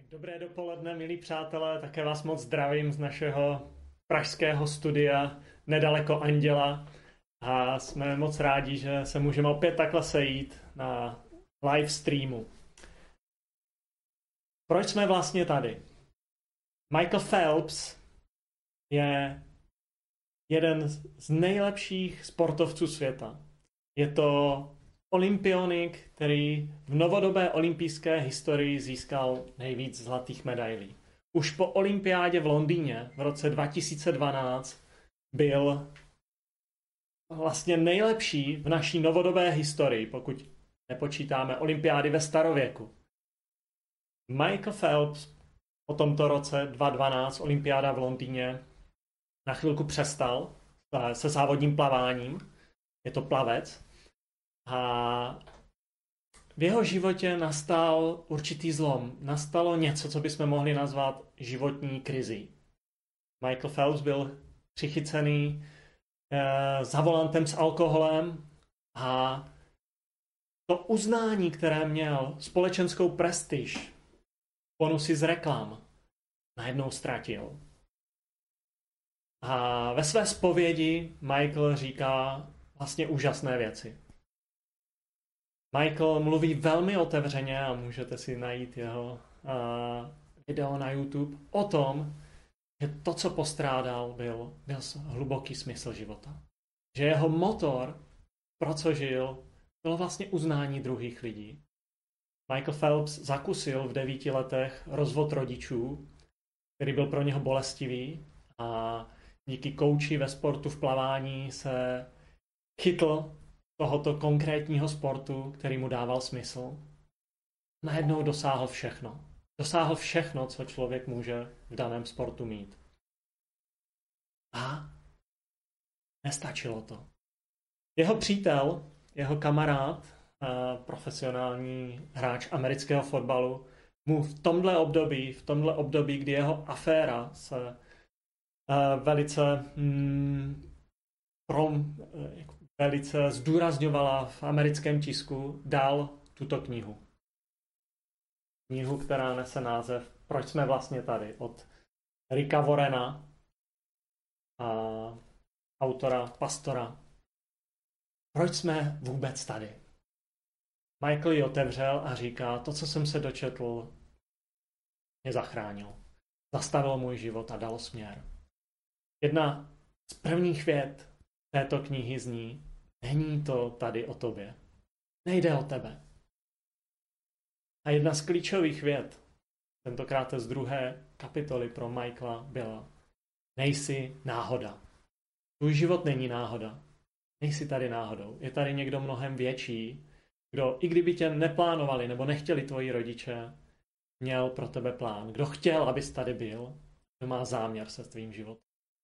Dobré dopoledne, milí přátelé, také vás moc zdravím z našeho pražského studia nedaleko Anděla a jsme moc rádi, že se můžeme opět takhle sejít na live streamu. Proč jsme vlastně tady? Michael Phelps je jeden z nejlepších sportovců světa. Je to olympionik, který v novodobé olympijské historii získal nejvíc zlatých medailí. Už po olympiádě v Londýně v roce 2012 byl vlastně nejlepší v naší novodobé historii, pokud nepočítáme olympiády ve starověku. Michael Phelps po tomto roce 2012 olympiáda v Londýně na chvilku přestal se závodním plaváním. Je to plavec. A v jeho životě nastal určitý zlom. Nastalo něco, co bychom mohli nazvat životní krizí. Michael Phelps byl přichycený za volantem s alkoholem a to uznání, které měl, společenskou prestiž, bonusy z reklam, najednou ztratil. A ve své zpovědi Michael říká vlastně úžasné věci. Michael mluví velmi otevřeně a můžete si najít jeho video na YouTube o tom, že to, co postrádal, byl hluboký smysl života. Že jeho motor, pro co žil, bylo vlastně uznání druhých lidí. Michael Phelps zakusil v 9 letech rozvod rodičů, který byl pro něho bolestivý a díky kouči ve sportu v plavání se chytl tohoto konkrétního sportu, který mu dával smysl. Najednou dosáhl všechno. Dosáhl všechno, co člověk může v daném sportu mít. A nestačilo to. Jeho přítel, jeho kamarád, profesionální hráč amerického fotbalu, mu v tomhle období, kdy jeho aféra se velice zdůrazňovala v americkém tisku, dal tuto knihu. Knihu, která nese název Proč jsme vlastně tady? Od Ricka Warrena, autora Pastora. Proč jsme vůbec tady? Michael ji otevřel a říká, to, co jsem se dočetl, mě zachránil. Zastavil můj život a dal směr. Jedna z prvních vět této knihy zní, není to tady o tobě. Nejde o tebe. A jedna z klíčových vět, tentokrát z 2. kapitoly pro Michaela, byla, nejsi náhoda. Tvůj život není náhoda. Nejsi tady náhodou. Je tady někdo mnohem větší, kdo, i kdyby tě neplánovali nebo nechtěli tvoji rodiče, měl pro tebe plán. Kdo chtěl, abys tady byl, kdo má záměr se tvým životem.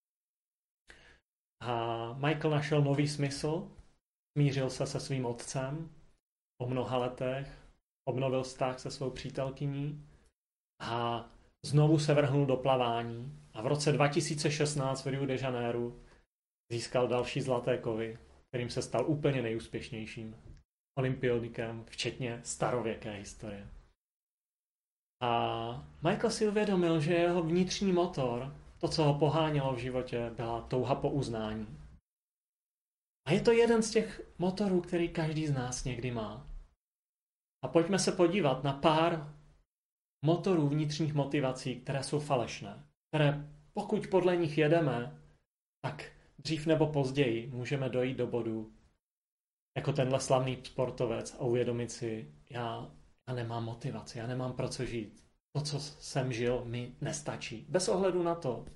A Michael našel nový smysl, smířil se se svým otcem po mnoha letech, obnovil vztah se svou přítelkyní a znovu se vrhnul do plavání a v roce 2016 v Rio de Janeiro získal další zlaté kovy, kterým se stal úplně nejúspěšnějším olympionikem, včetně starověké historie. A Michael si uvědomil, že jeho vnitřní motor, to, co ho pohánělo v životě, byla touha po uznání. A je to jeden z těch motorů, který každý z nás někdy má. A pojďme se podívat na pár motorů vnitřních motivací, které jsou falešné. Které pokud podle nich jedeme, tak dřív nebo později můžeme dojít do bodu, jako tenhle slavný sportovec a uvědomit si, já nemám motivaci, já nemám pro co žít. To, co jsem žil, mi nestačí. Bez ohledu na to,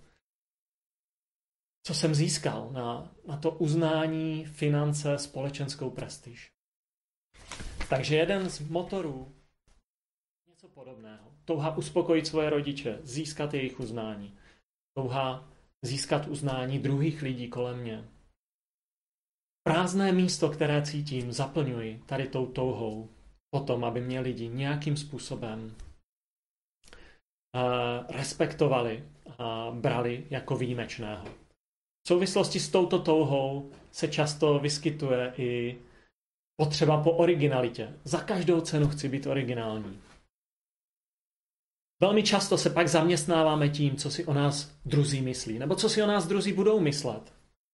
co jsem získal, na to uznání, finance, společenskou prestiž. Takže jeden z motorů, něco podobného. Touha uspokojit svoje rodiče, získat jejich uznání. Touha získat uznání druhých lidí kolem mě. Prázdné místo, které cítím, zaplňuji tady tou touhou potom, aby mě lidi nějakým způsobem respektovali a brali jako výjimečného. V souvislosti s touto touhou se často vyskytuje i potřeba po originalitě. Za každou cenu chci být originální. Velmi často se pak zaměstnáváme tím, co si o nás druzí myslí, nebo co si o nás druzí budou myslet.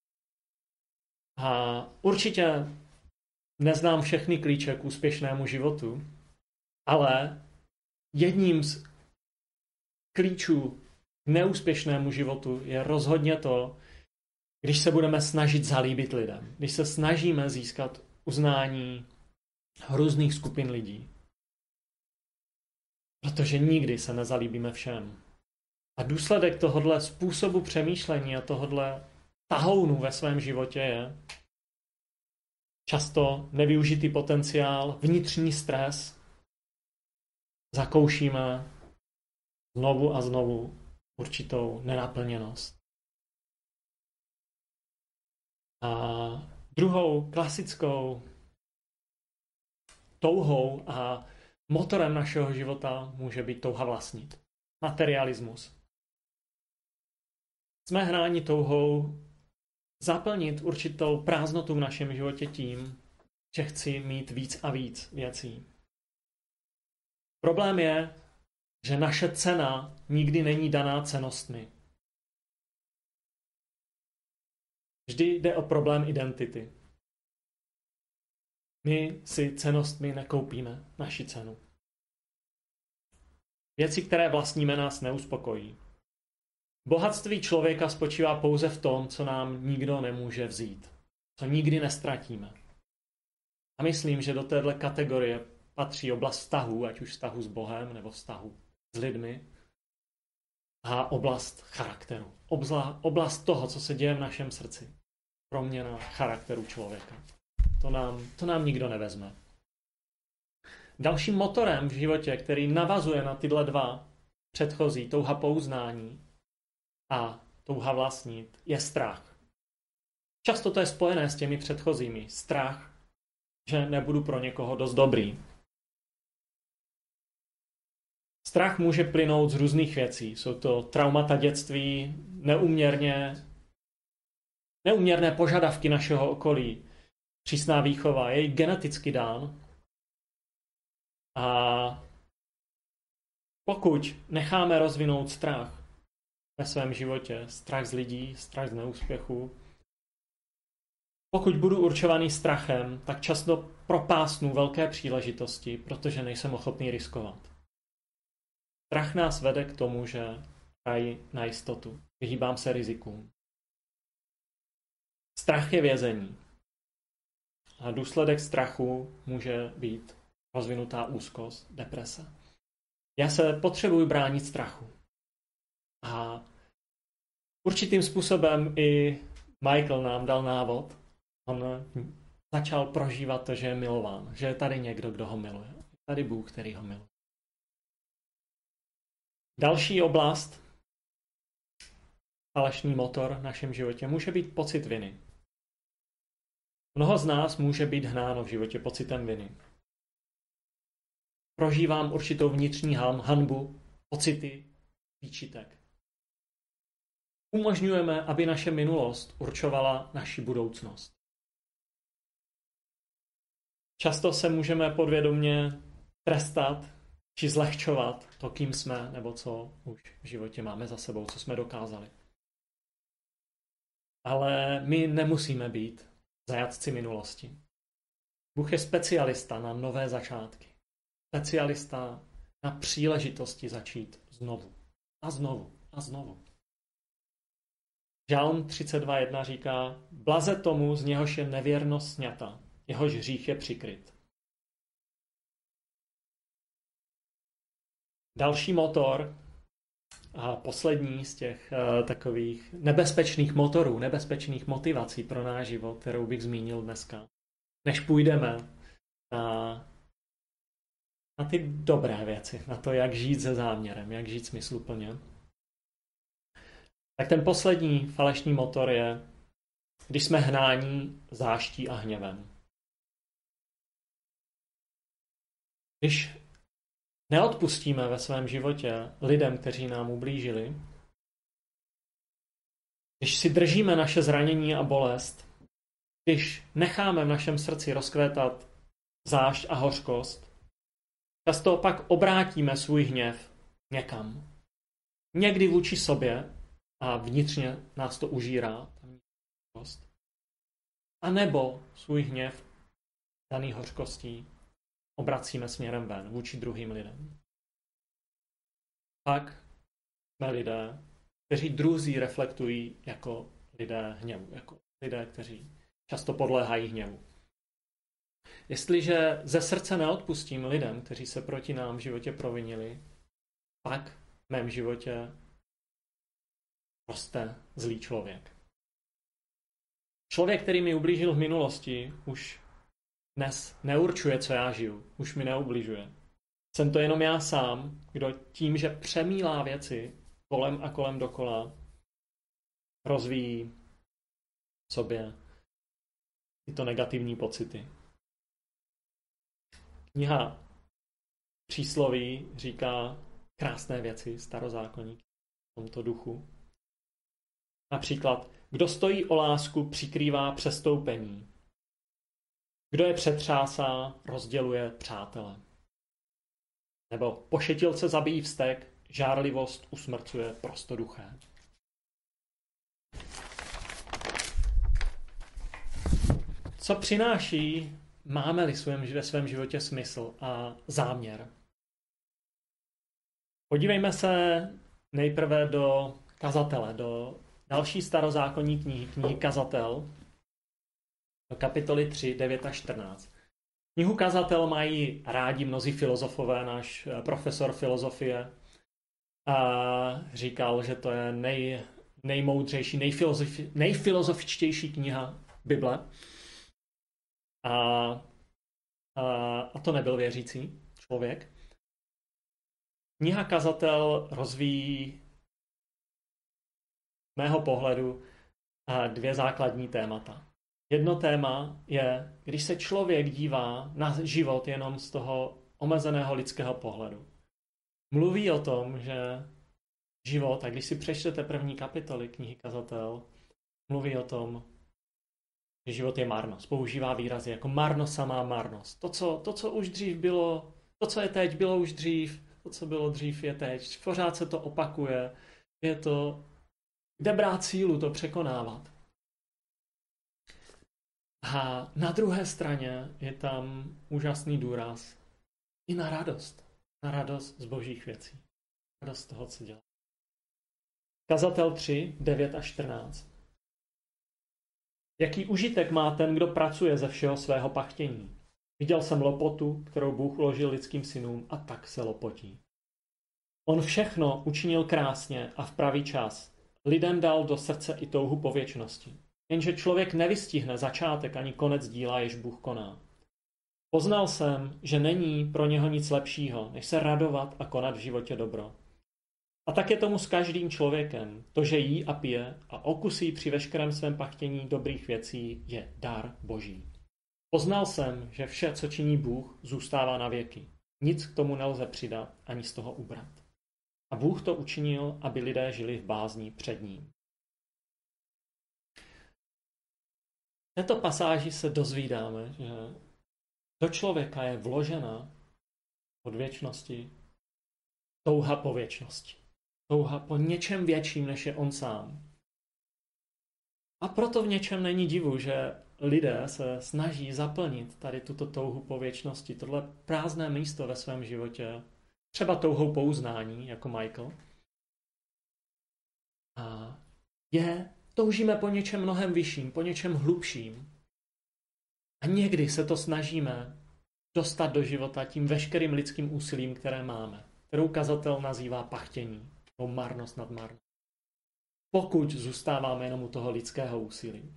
A určitě neznám všechny klíče k úspěšnému životu, ale jedním z klíčů k neúspěšnému životu je rozhodně to, když se budeme snažit zalíbit lidem, když se snažíme získat uznání různých skupin lidí. Protože nikdy se nezalíbíme všem. A důsledek tohohle způsobu přemýšlení a tohohle tahounu ve svém životě je často nevyužitý potenciál, vnitřní stres. Zakoušíme znovu a znovu určitou nenaplněnost. A druhou klasickou touhou a motorem našeho života může být touha vlastnit. Materialismus. Jsme hnáni touhou zaplnit určitou prázdnotu v našem životě tím, že chci mít víc a víc věcí. Problém je, že naše cena nikdy není daná cenostmi. Vždy jde o problém identity. My si cenostmi nekoupíme naši cenu. Věci, které vlastníme, nás neuspokojí. Bohatství člověka spočívá pouze v tom, co nám nikdo nemůže vzít. Co nikdy nestratíme. A myslím, že do téhle kategorie patří oblast vztahů, ať už vztahu s Bohem nebo vztahu s lidmi. A oblast charakteru. Oblast toho, co se děje v našem srdci. Proměna charakteru člověka. To nám nikdo nevezme. Dalším motorem v životě, který navazuje na tyhle dva předchozí, touha po uznání a touha vlastnit, je strach. Často to je spojené s těmi předchozími. Strach, že nebudu pro někoho dost dobrý. Strach může plynout z různých věcí. Jsou to traumata dětství, neúměrné požadavky našeho okolí, přísná výchova, je geneticky dán. A pokud necháme rozvinout strach ve svém životě, strach z lidí, strach z neúspěchu, pokud budu určovaný strachem, tak často propásnu velké příležitosti, protože nejsem ochotný riskovat. Strach nás vede k tomu, že hraji na jistotu. Vyhýbám se rizikům. Strach je vězení. A důsledek strachu může být rozvinutá úzkost, deprese. Já se potřebuji bránit strachu. A určitým způsobem i Michael nám dal návod. On začal prožívat to, že je milován. Že je tady někdo, kdo ho miluje. Je tady Bůh, který ho miluje. Další oblast, falešný motor v našem životě, může být pocit viny. Mnoho z nás může být hnáno v životě pocitem viny. Prožívám určitou vnitřní hanbu, pocity, výčitek. Umožňujeme, aby naše minulost určovala naši budoucnost. Často se můžeme podvědomě trestat či zlehčovat to, kým jsme, nebo co už v životě máme za sebou, co jsme dokázali. Ale my nemusíme být zajatci minulosti. Bůh je specialista na nové začátky. Specialista na příležitosti začít znovu. A znovu. A znovu. Žálm 32.1 říká: Blaze tomu, z něhož je nevěrnost sňata, jehož hřích je přikryt. Další motor a poslední z těch takových nebezpečných motorů, nebezpečných motivací pro náš život, kterou bych zmínil dneska, než půjdeme na ty dobré věci, na to, jak žít se záměrem, jak žít smysluplně. Tak ten poslední falešný motor je, když jsme hnáni záští a hněvem. Když neodpustíme ve svém životě lidem, kteří nám ublížili, když si držíme naše zranění a bolest, když necháme v našem srdci rozkvétat zášť a hořkost, často pak obrátíme svůj hněv někam. Někdy vůči sobě a vnitřně nás to užírá. A nebo svůj hněv daný hořkostí obracíme směrem ven, vůči druhým lidem. Pak jsme lidé, kteří druzí reflektují jako lidé hněvu, jako lidé, kteří často podléhají hněvu. Jestliže ze srdce neodpustím lidem, kteří se proti nám v životě provinili, pak v mém životě roste zlý člověk. Člověk, který mi ublížil v minulosti, už dnes neurčuje, co já žiju. Už mi neubližuje. Jsem to jenom já sám, kdo tím, že přemílá věci kolem a kolem dokola, rozvíjí v sobě tyto negativní pocity. Kniha Přísloví říká krásné věci, starozákonník v tomto duchu. Například, kdo stojí o lásku, přikrývá přestoupení. Kdo je přetřásá, rozděluje přátele. Nebo pošetilce zabíjí vztek, žárlivost usmrcuje prostoduché. Co přináší, máme-li ve svém životě smysl a záměr? Podívejme se nejprve do Kazatele, do další starozákonní knihy Kazatel, do kapitoly 3, 9 a 14. Knihu Kazatel mají rádi mnozí filozofové, náš profesor filozofie a říkal, že to je nejmoudřejší, nejfilozofičtější kniha Bible. A to nebyl věřící člověk. Kniha Kazatel rozvíjí z mého pohledu dvě základní témata. Jedno téma je, když se člověk dívá na život jenom z toho omezeného lidského pohledu. Mluví o tom, že život, a když si přečtete první kapitoly knihy Kazatel, mluví o tom, že život je marnost. Používá výrazy jako marnost samá marnost. To, co už dřív bylo, to, co je teď, bylo už dřív, to, co bylo dřív, je teď. Pořád se to opakuje. Je to, kde brát sílu to překonávat. A na druhé straně je tam úžasný důraz i na radost. Na radost z božích věcí. Radost z toho, co dělá. Kazatel 3, 9 a 14. Jaký užitek má ten, kdo pracuje ze všeho svého pachtění? Viděl jsem lopotu, kterou Bůh uložil lidským synům, a tak se lopotí. On všechno učinil krásně a v pravý čas. Lidem dal do srdce i touhu po věčnosti. Jenže člověk nevystihne začátek ani konec díla, jež Bůh koná. Poznal jsem, že není pro něho nic lepšího, než se radovat a konat v životě dobro. A tak je tomu s každým člověkem. To, že jí a pije a okusí při veškerém svém pachtění dobrých věcí, je dar Boží. Poznal jsem, že vše, co činí Bůh, zůstává na věky. Nic k tomu nelze přidat, ani z toho ubrat. A Bůh to učinil, aby lidé žili v bázni před ním. V této pasáži se dozvídáme, že do člověka je vložena od věčnosti touha po věčnosti. Touha po něčem větším, než je on sám. A proto v něčem není divu, že lidé se snaží zaplnit tady tuto touhu po věčnosti, tohle prázdné místo ve svém životě, třeba touhou po uznání, jako Michael. A toužíme po něčem mnohem vyšším, po něčem hlubším. A někdy se to snažíme dostat do života tím veškerým lidským úsilím, které máme, kterou kazatel nazývá pachtění, nebo marnost nad marnost. Pokud zůstáváme jenom u toho lidského úsilí.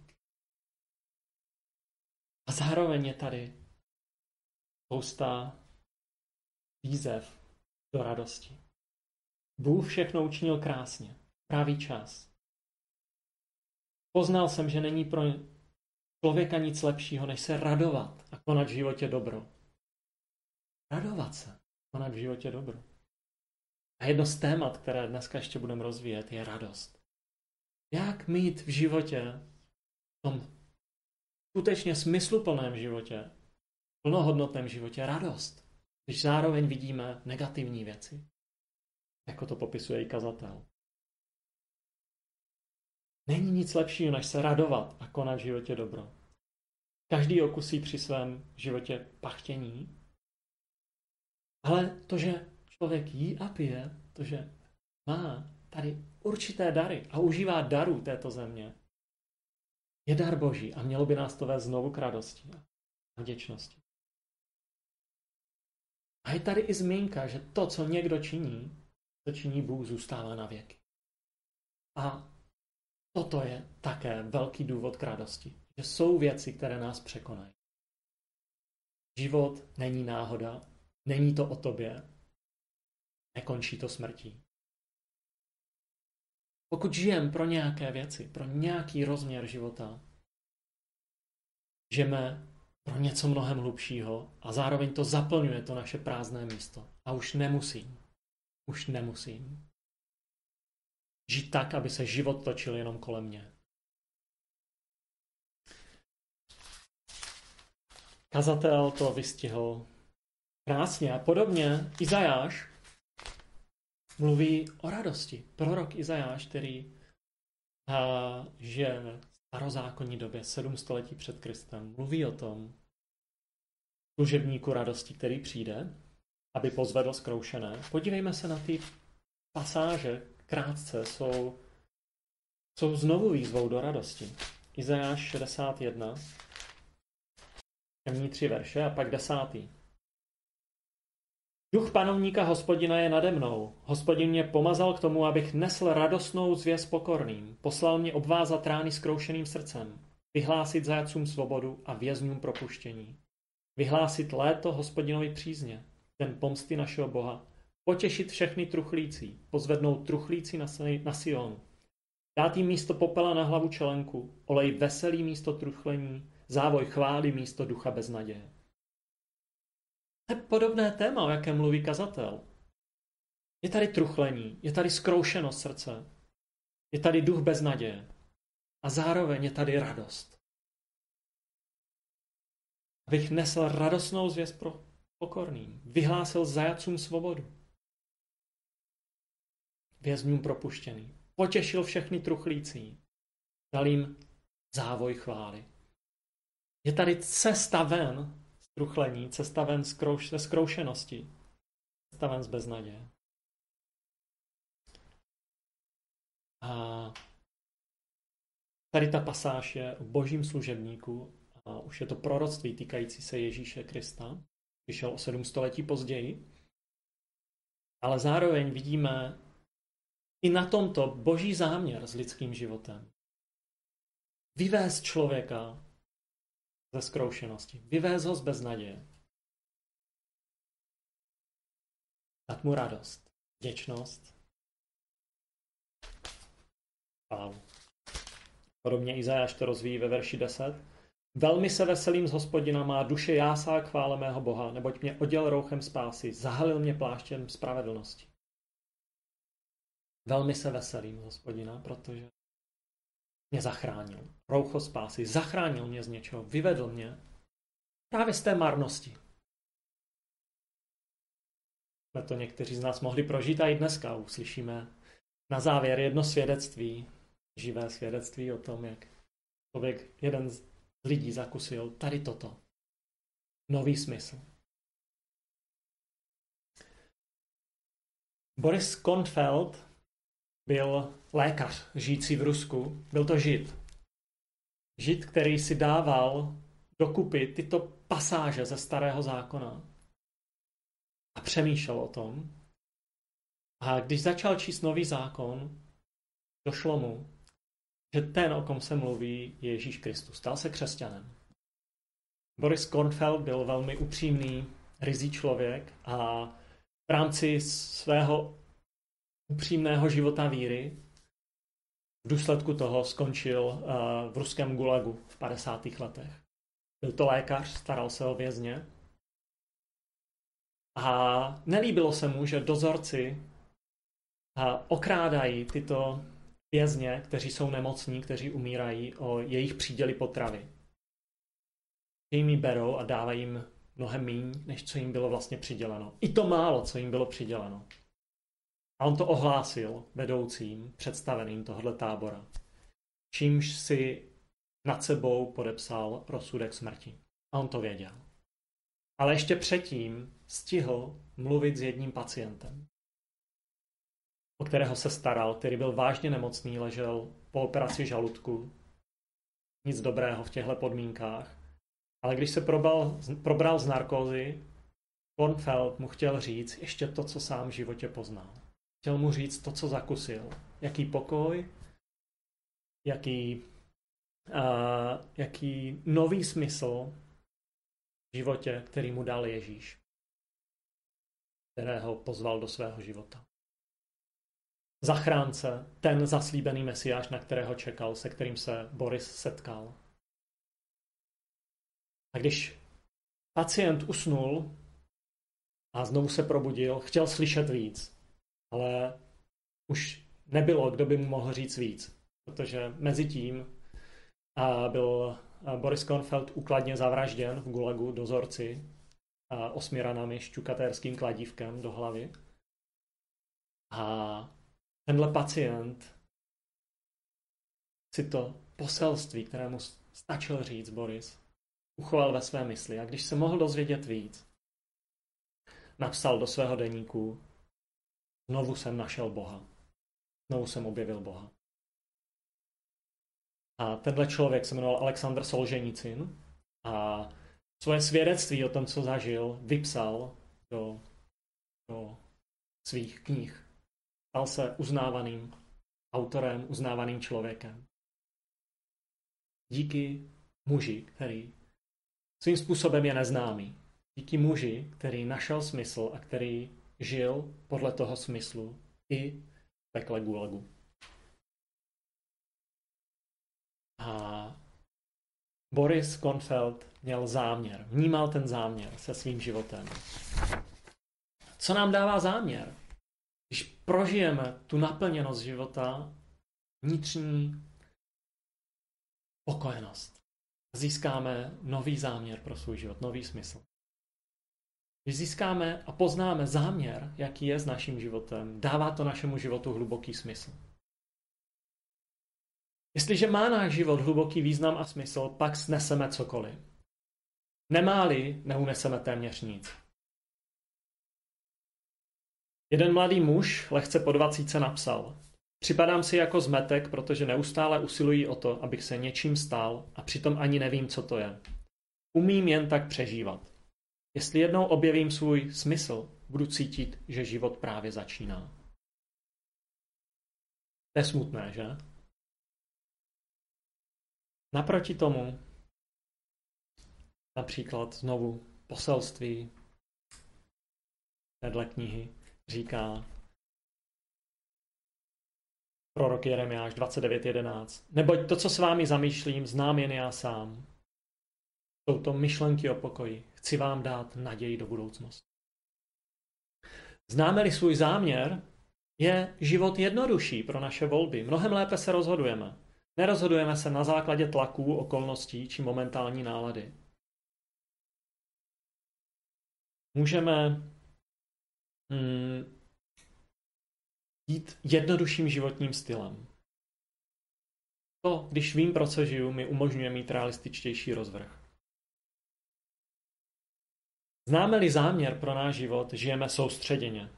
A zároveň je tady spousta výzev do radosti. Bůh všechno učinil krásně, pravý čas. Poznal jsem, že není pro člověka nic lepšího, než se radovat a konat v životě dobro. Radovat se, konat v životě dobro. A jedno z témat, které dneska ještě budeme rozvíjet, je radost. Jak mít v životě, v tom skutečně smysluplném životě, plnohodnotném životě radost, když zároveň vidíme negativní věci. jako to popisuje i kazatel. Není nic lepšího, než se radovat a konat v životě dobro. Každý okusí při svém životě pachtění, ale to, že člověk jí a pije, to, že má tady určité dary a užívá darů této země, je dar Boží a mělo by nás to vést znovu k radosti a vděčnosti. A je tady i zmínka, že to, co někdo činí, to činí Bůh, zůstává na věky. A toto je také velký důvod k radosti. Že jsou věci, které nás překonají. Život není náhoda, není to o tobě, nekončí to smrtí. Pokud žijeme pro nějaké věci, pro nějaký rozměr života, žijeme pro něco mnohem hlubšího a zároveň to zaplňuje to naše prázdné místo. A už nemusím žít tak, aby se život točil jenom kolem mě. Kazatel to vystihl krásně a podobně Izajáš mluví o radosti. Prorok Izajáš, který žije v starozákonní době 7 století před Kristem, mluví o tom služebníku radosti, který přijde, aby pozvedl zkroušené. Podívejme se na ty pasáže, krátce, jsou znovu výzvou do radosti. Izajáš 61, první 3 verše a pak 10. Duch panovníka Hospodina je nade mnou. Hospodin mě pomazal k tomu, abych nesl radostnou zvěst pokorným. Poslal mě obvázat rány zkroušeným srdcem. Vyhlásit zajatcům svobodu a vězňům propuštění. Vyhlásit léto Hospodinovi přízně. Den pomsty našeho Boha. Potěšit všechny truchlící. Pozvednout truchlící na Sionu. Dát jim místo popela na hlavu čelenku. Olej veselý místo truchlení. Závoj chvály místo ducha beznaděje. To je podobné téma, o jakém mluví kazatel. Je tady truchlení, je tady zkroušenost srdce, je tady duch beznaděje a zároveň je tady radost. Abych nesl radostnou zvěst pro pokorným, vyhlásil zajatcům svobodu, vězňům propuštěný, potěšil všechny truchlící, dal jim závoj chvály. Je tady cesta ven z truchlení, cesta ven ze zkroušenosti, cesta ven z beznaděje. A tady ta pasáž je o božím služebníku a už je to proroctví týkající se Ježíše Krista. Vyšel o 7 století později. Ale zároveň vidíme i na tomto boží záměr s lidským životem. Vyvést člověka ze zkroušenosti. Vyvést ho z beznaděje. Dát mu radost, vděčnost. Chválu. Podobně Izajáš to rozvíjí ve verši 10. Velmi se veselím z Hospodina, má duše jásá k chvále mého Boha, neboť mě oděl rouchem spásy, zahalil mě pláštěm spravedlnosti. Velmi se veselím z Hospodina, protože mě zachránil. Roucho spásy, zachránil mě z něčeho, vyvedl mě právě z té marnosti. Jsme to někteří z nás mohli prožít a i dneska uslyšíme na závěr jedno svědectví, živé svědectví o tom, jak člověk, jeden z lidí zakusil tady toto. Nový smysl. Boris Kornfeld byl lékař žijící v Rusku. Byl to Žid. Žid, který si dával dokupy tyto pasáže ze Starého zákona a přemýšlel o tom. A když začal číst Nový zákon, došlo mu, že ten, o kom se mluví, je Ježíš Kristus. Stal se křesťanem. Boris Kornfeld byl velmi upřímný, ryzí člověk a v rámci svého upřímného života víry v důsledku toho skončil v ruském gulagu v 50. letech. Byl to lékař, staral se o vězně a nelíbilo se mu, že dozorci okrádají tyto vězně, kteří jsou nemocní, kteří umírají, o jejich příděly potravy. Že jim ji berou a dávají jim mnohem míň, než co jim bylo vlastně přiděleno. I to málo, co jim bylo přiděleno. A on to ohlásil vedoucím, představeným tohoto tábora, čímž si nad sebou podepsal rozsudek smrti. A on to věděl. Ale ještě předtím stihl mluvit s jedním pacientem, o kterého se staral, který byl vážně nemocný, ležel po operaci žaludku. Nic dobrého v těchto podmínkách. Ale když se probral z narkózy, Kornfeld mu chtěl říct ještě to, co sám v životě poznal. Chtěl mu říct to, co zakusil. Jaký pokoj, jaký nový smysl v životě, který mu dal Ježíš, kterého pozval do svého života. Zachránce, ten zaslíbený mesiáš, na kterého čekal, se kterým se Boris setkal. A když pacient usnul a znovu se probudil, chtěl slyšet víc, ale už nebylo, kdo by mu mohl říct víc, protože mezi tím byl Boris Kornfeld úkladně zavražděn v gulagu dozorci 8 ranami šťukatérským kladívkem do hlavy. A tenhle pacient si to poselství, kterému stačil říct Boris, uchoval ve své mysli. A když se mohl dozvědět víc, napsal do svého deníku: znovu jsem našel Boha. Znovu jsem objevil Boha. A tenhle člověk se jmenoval Alexandr Solženicyn a svoje svědectví o tom, co zažil, vypsal do svých knih. Stal se uznávaným autorem, uznávaným člověkem. Díky muži, který svým způsobem je neznámý. Díky muži, který našel smysl a který žil podle toho smyslu i v pekle gulagu. A Boris Kornfeld měl záměr, vnímal ten záměr se svým životem. Co nám dává záměr? Když prožijeme tu naplněnost života, vnitřní spokojenost, získáme nový záměr pro svůj život, nový smysl. Když získáme a poznáme záměr, jaký je s naším životem, dává to našemu životu hluboký smysl. Jestliže má náš život hluboký význam a smysl, pak sneseme cokoliv. Nemá-li, neuneseme téměř nic. Jeden mladý muž lehce po 20 napsal: připadám si jako zmetek, protože neustále usilují o to, abych se něčím stal a přitom ani nevím, co to je. Umím jen tak přežívat. Jestli jednou objevím svůj smysl, budu cítit, že život právě začíná. To je smutné, že? Naproti tomu, například znovu poselství téhle knihy říká prorok Jeremiáš 29.11. Neboť to, co s vámi zamýšlím, znám jen já sám. Jsou to myšlenky o pokoji. Chci vám dát naději do budoucnosti. Známe-li svůj záměr, je život jednodušší pro naše volby. Mnohem lépe se rozhodujeme. Nerozhodujeme se na základě tlaků, okolností či momentální nálady. Můžeme jít jednodušším životním stylem. To, když vím, pro co žiju, mi umožňuje mít realističtější rozvrh. Známe-li záměr pro náš život, žijeme soustředěně.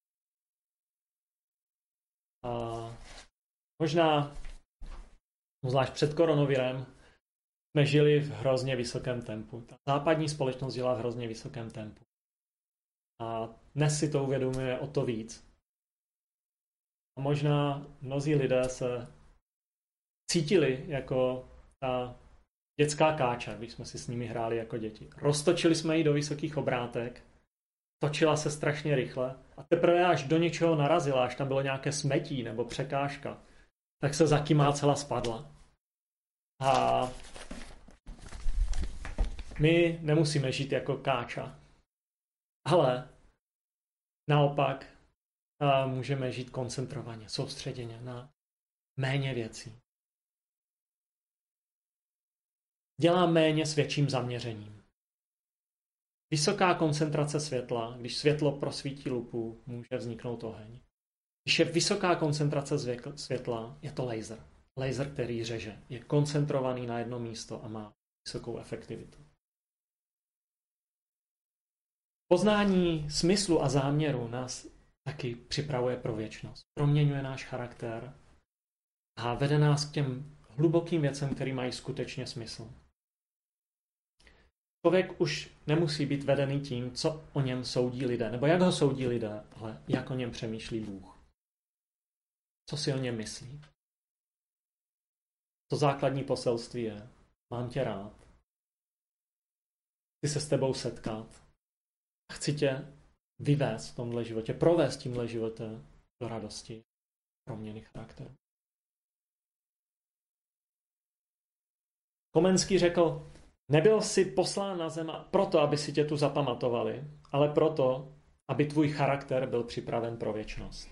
A možná, zvlášť před koronavirem, jsme žili v hrozně vysokém tempu. Ta západní společnost žila v hrozně vysokém tempu. A dnes si to uvědomuje o to víc. A možná mnozí lidé se cítili jako ta dětská káča, když jsme si s nimi hráli jako děti. Roztočili jsme ji do vysokých obrátek, točila se strašně rychle a teprve až do něčeho narazila, až tam bylo nějaké smetí nebo překážka, tak se zakýmácela spadla. A my nemusíme žít jako káča, ale naopak můžeme žít koncentrovaně, soustředěně na méně věcí. Dělám méně s větším zaměřením. Vysoká koncentrace světla, když světlo prosvítí lupu, může vzniknout oheň. Když je vysoká koncentrace světla, je to laser. Laser, který řeže. Je koncentrovaný na jedno místo a má vysokou efektivitu. Poznání smyslu a záměru nás taky připravuje pro věčnost. Proměňuje náš charakter a vede nás k těm hlubokým věcem, které mají skutečně smysl. Člověk už nemusí být vedený tím, co o něm soudí lidé, nebo jak ho soudí lidé, ale jak o něm přemýšlí Bůh. Co si o něm myslí. To základní poselství je, mám tě rád, chci se s tebou setkat a chci tě vyvést v tomhle životě, provést tímhle životem do radosti, proměny charakteru. Komenský řekl, nebyl jsi poslán na zem proto, aby si tě tu zapamatovali, ale proto, aby tvůj charakter byl připraven pro věčnost.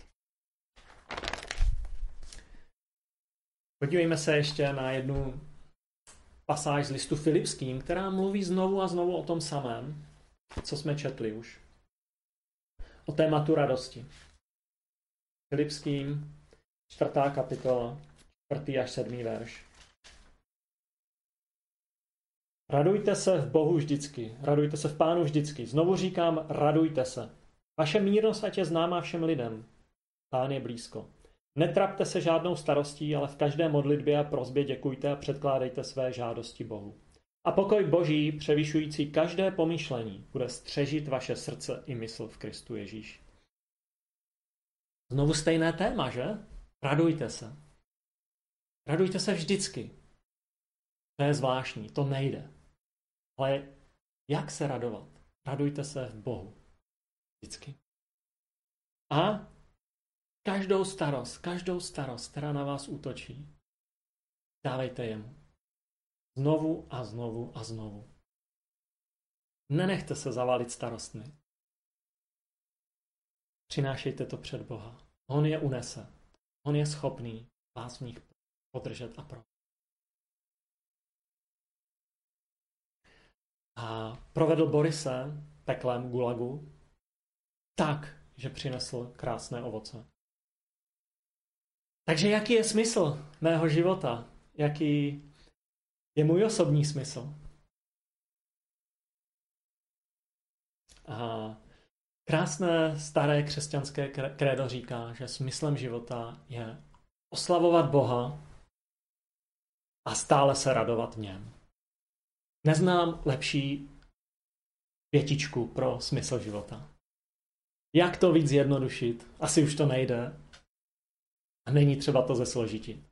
Podívejme se ještě na jednu pasáž z listu Filipským, která mluví znovu a znovu o tom samém, co jsme četli už. O tématu radosti. Filipským, 4. kapitola, 4. až 7. verš. Radujte se v Bohu vždycky, radujte se v Pánu vždycky. Znovu říkám, radujte se. Vaše mírnost ať je známá všem lidem. Pán je blízko. Netrapte se žádnou starostí, ale v každé modlitbě a prosbě děkujte a předkládejte své žádosti Bohu. A pokoj Boží, převyšující každé pomyšlení, bude střežit vaše srdce i mysl v Kristu Ježíši. Znovu stejné téma, že? Radujte se. Radujte se vždycky. To je zvláštní, to nejde. Ale jak se radovat? Radujte se v Bohu. Vždycky. A každou starost, která na vás útočí, dávejte jemu. Znovu a znovu a znovu. Nenechte se zavalit starostmi. Přinášejte to před Boha. On je unese. On je schopný vás v nich podržet a provést. A provedl Borise peklem gulagu tak, že přinesl krásné ovoce. Takže jaký je smysl mého života? Jaký je můj osobní smysl? A krásné staré křesťanské krédo říká, že smyslem života je oslavovat Boha a stále se radovat v něm. Neznám lepší větičku pro smysl života. Jak to víc zjednodušit? Asi už to nejde. A není třeba to zesložitit.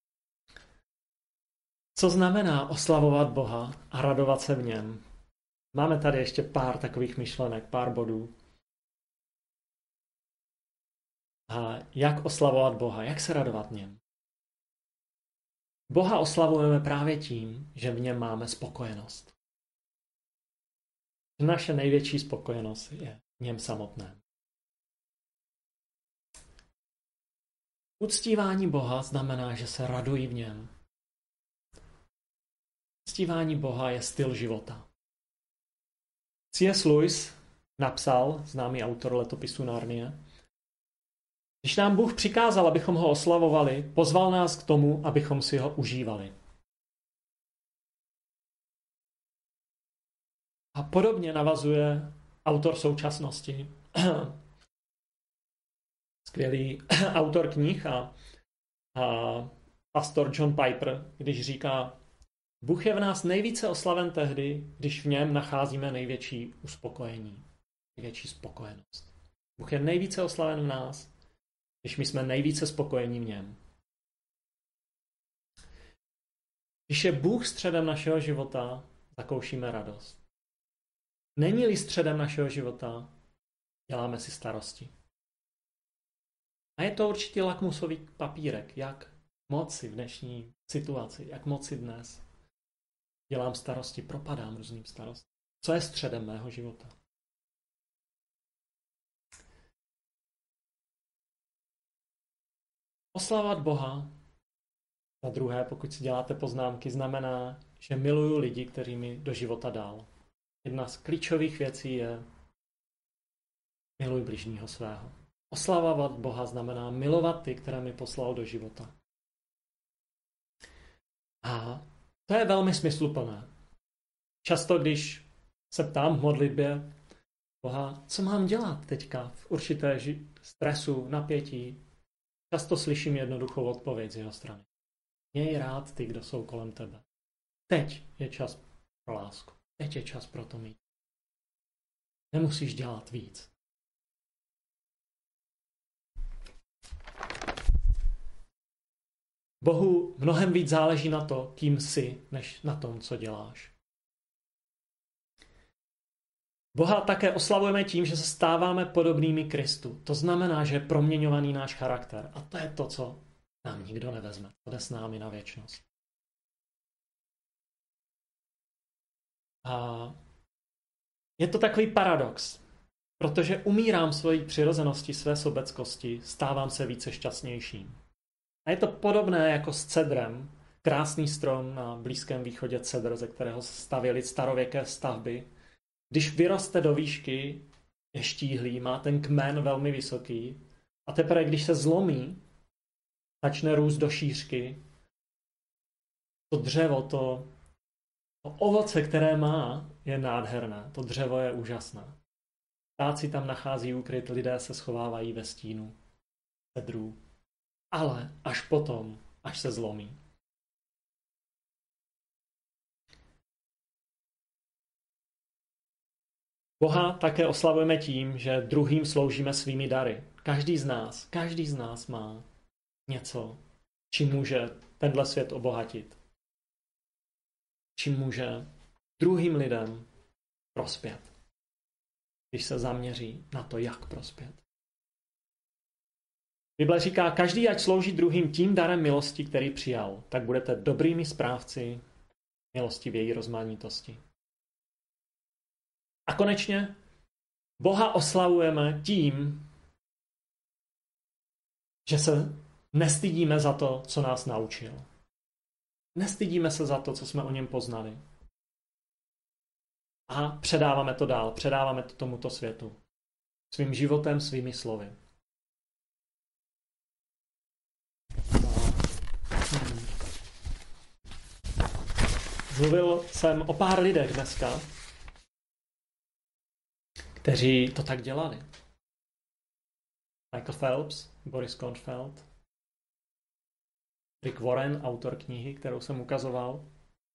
Co znamená oslavovat Boha a radovat se v něm? Máme tady ještě pár takových myšlenek, pár bodů. A jak oslavovat Boha? Jak se radovat v něm? Boha oslavujeme právě tím, že v něm máme spokojenost. Naše největší spokojenost je v něm samotném. Uctívání Boha znamená, že se raduji v něm. Uctívání Boha je styl života. C.S. Lewis napsal, známý autor letopisu Narnie, když nám Bůh přikázal, abychom ho oslavovali, pozval nás k tomu, abychom si ho užívali. A podobně navazuje autor současnosti, skvělý autor knih a pastor John Piper, když říká, Bůh je v nás nejvíce oslaven tehdy, když v něm nacházíme největší uspokojení, největší spokojenost. Bůh je nejvíce oslaven v nás, když my jsme nejvíce spokojení v něm. Když je Bůh středem našeho života, zakoušíme radost. Není-li středem našeho života, děláme si starosti. A je to určitý lakmusový papírek, jak moci v dnešní situaci, jak moci dnes. Dělám starosti, propadám různým starostem. Co je středem mého života? Oslavovat Boha, za druhé, pokud si děláte poznámky, znamená, že miluju lidi, kteří mi do života dal. Jedna z klíčových věcí je miluj bližního svého. Oslavovat Boha znamená milovat ty, které mi poslal do života. A to je velmi smysluplné. Často, když se ptám v modlitbě Boha, co mám dělat teďka v určité stresu, napětí, často slyším jednoduchou odpověď z jeho strany. Měj rád ty, kdo jsou kolem tebe. Teď je čas pro lásku. Teď je čas pro to mít. Nemusíš dělat víc. Bohu mnohem víc záleží na to, kým jsi, než na tom, co děláš. Boha také oslavujeme tím, že se stáváme podobnými Kristu. To znamená, že je proměňovaný náš charakter. A to je to, co nám nikdo nevezme. To jde s námi na věčnost. A je to takový paradox, protože umírám svojí přirozenosti, své sobeckosti, stávám se více šťastnějším. A je to podobné jako s cedrem. Krásný strom na Blízkém východě, cedr, ze kterého se stavěly starověké stavby. Když vyroste do výšky, je štíhlý, má ten kmen velmi vysoký a teprve, když se zlomí, začne růst do šířky. To dřevo, to ovoce, které má, je nádherné. To dřevo je úžasné. Ptáci tam nachází úkryt, lidé se schovávají ve stínu cedrů. Ale až potom, až se zlomí. Boha také oslavujeme tím, že druhým sloužíme svými dary. Každý z nás má něco, čím může tenhle svět obohatit. Čím může druhým lidem prospět. Když se zaměří na to, jak prospět. Bible říká, každý ať slouží druhým tím darem milosti, který přijal, tak budete dobrými správci milosti v její rozmanitosti. A konečně Boha oslavujeme tím, že se nestydíme za to, co nás naučil. Nestydíme se za to, co jsme o něm poznali. A předáváme to dál, předáváme to tomuto světu. Svým životem, svými slovy. Mluvil jsem o pár lidech dneska, kteří to tak dělali. Michael Phelps, Boris Kornfeld, Rick Warren, autor knihy, kterou jsem ukazoval.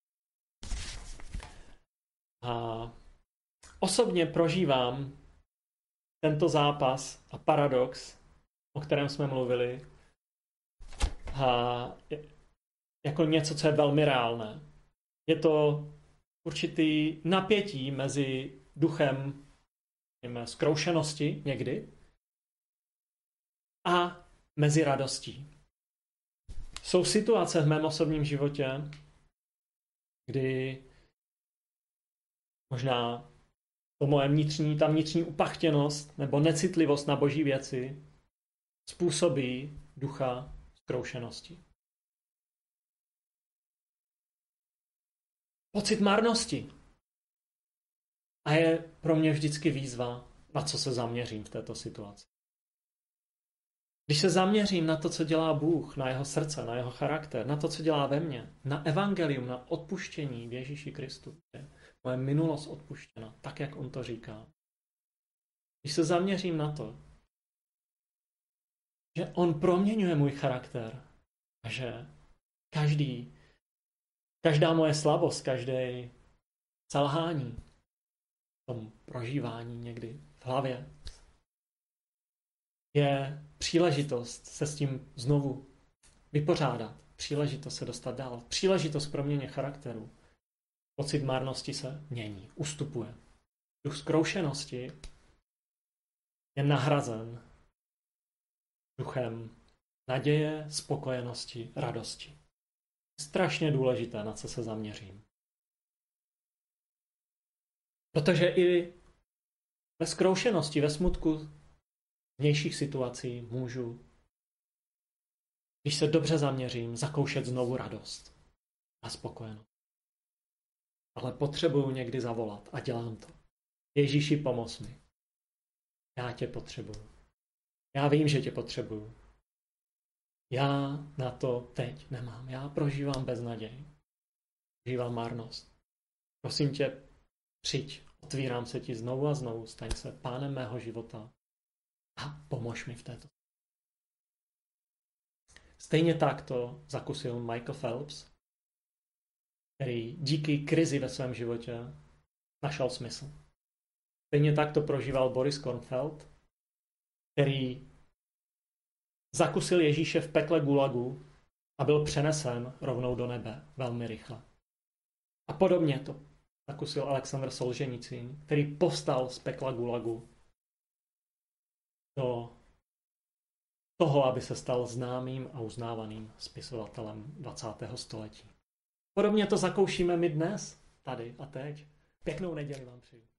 A osobně prožívám tento zápas a paradox, o kterém jsme mluvili, a jako něco, co je velmi reálné. Je to určitý napětí mezi duchem zkroušenosti někdy a mezi radostí. Jsou situace v mém osobním životě, kdy možná to moje vnitřní upachtěnost nebo necitlivost na boží věci způsobí ducha zkroušenosti. Pocit marnosti. A je pro mě vždycky výzva, na co se zaměřím v této situaci. Když se zaměřím na to, co dělá Bůh, na jeho srdce, na jeho charakter, na to, co dělá ve mně, na evangelium, na odpuštění v Ježíši Kristu, je moje minulost odpuštěna, tak, jak on to říká. Když se zaměřím na to, že on proměňuje můj charakter a že každá moje slabost, každé selhání, v tom prožívání někdy v hlavě, je příležitost se s tím znovu vypořádat, příležitost se dostat dál, příležitost pro měně charakteru. Pocit marnosti se mění, ustupuje. Duch zkroušenosti je nahrazen duchem naděje, spokojenosti, radosti. Strašně důležité, na co se zaměřím. Protože i ve zkroušenosti, ve smutku vnějších situací můžu, když se dobře zaměřím, zakoušet znovu radost a spokojenost. Ale potřebuju někdy zavolat a dělám to. Ježíši, pomoz mi. Já tě potřebuju. Já vím, že tě potřebuju. Já na to teď nemám. Já prožívám beznaděj. Prožívám marnost. Prosím tě, přijď. Otvírám se ti znovu a znovu. Staň se pánem mého života. A pomož mi v této. Stejně tak to zakusil Michael Phelps, který díky krizi ve svém životě našel smysl. Stejně tak to prožíval Boris Kornfeld, který zakusil Ježíše v pekle gulagu a byl přenesen rovnou do nebe velmi rychle. A podobně to zakusil Alexandr Solženicyn, který povstal z pekla gulagu do toho, aby se stal známým a uznávaným spisovatelem 20. století. Podobně to zakoušíme my dnes, tady a teď. Pěknou neděli vám přeju.